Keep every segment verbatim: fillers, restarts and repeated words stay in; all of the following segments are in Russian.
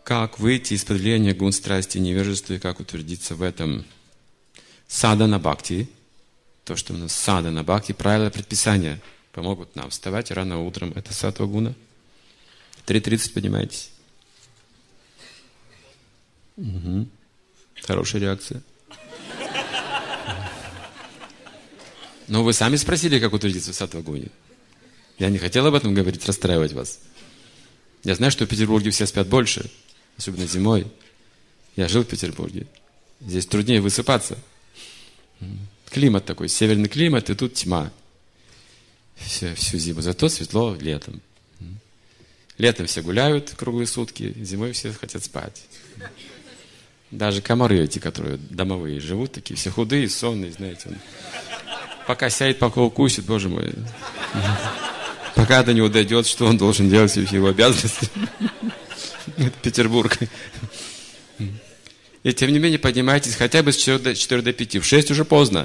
Как выйти из проявления гун страсти и невежества, и как утвердиться в этом? Садана бхакти, то, что у нас садана бхакти, правила предписания помогут нам вставать рано утром. Это саттва гуна. три тридцать поднимайтесь. Угу. Хорошая реакция. Но вы сами спросили, как утвердиться в саттва-гуне. Я не хотел об этом говорить, расстраивать вас. Я знаю, что в Петербурге все спят больше, особенно зимой. Я жил в Петербурге. Здесь труднее высыпаться. Климат такой, северный климат, и тут тьма. Все, всю зиму. Зато светло летом. Летом все гуляют круглые сутки, зимой все хотят спать. Даже комары эти, которые домовые живут, такие все худые, сонные, знаете. Он пока сядет, пока укусит, боже мой. Пока до него дойдет, что он должен делать, его обязанности. Это Петербург. И тем не менее поднимайтесь хотя бы с четырёх до пяти. В шесть уже поздно.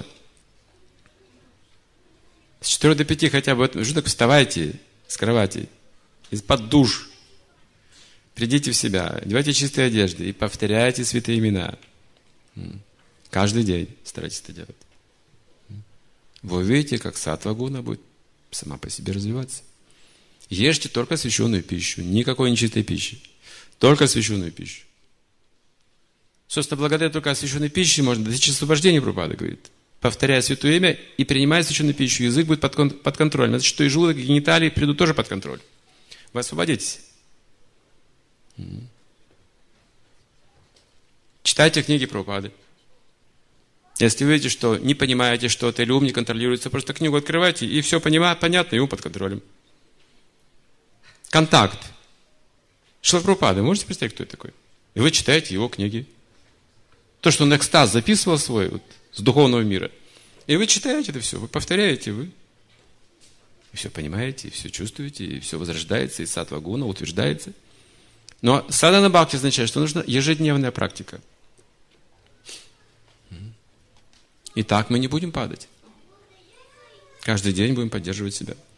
С четырёх до пяти хотя бы. Уже так вставайте с кровати. Из-под душ. Придите в себя. Одевайте чистые одежды и повторяйте святые имена. Каждый день старайтесь это делать. Вы увидите, как саттва-гуна будет сама по себе развиваться. Ешьте только освященную пищу. Никакой нечистой пищи. Только освященную пищу. Собственно, благодаря только освященной пище можно достичь освобождения, Прабхупада говорит. Повторяя святое имя и принимая освященную пищу, язык будет под, кон- под контролем. Значит, что и желудок, и гениталии придут тоже под контроль. Вы освободитесь. Читайте книги Прабхупады. Если вы видите, что не понимаете что-то, или ум не контролируется, просто книгу открывайте, и все понимаете, понятно, и ум под контролем. Контакт. Шрила Прабхупада, можете представить, кто это такой? И вы читаете его книги. То, что он экстаз записывал свой, вот, с духовного мира. И вы читаете это все, вы повторяете, вы и все понимаете, и все чувствуете, и все возрождается, и саттва-гуна утверждается. Но садана бхакти означает, что нужна ежедневная практика. И так мы не будем падать. Каждый день будем поддерживать себя.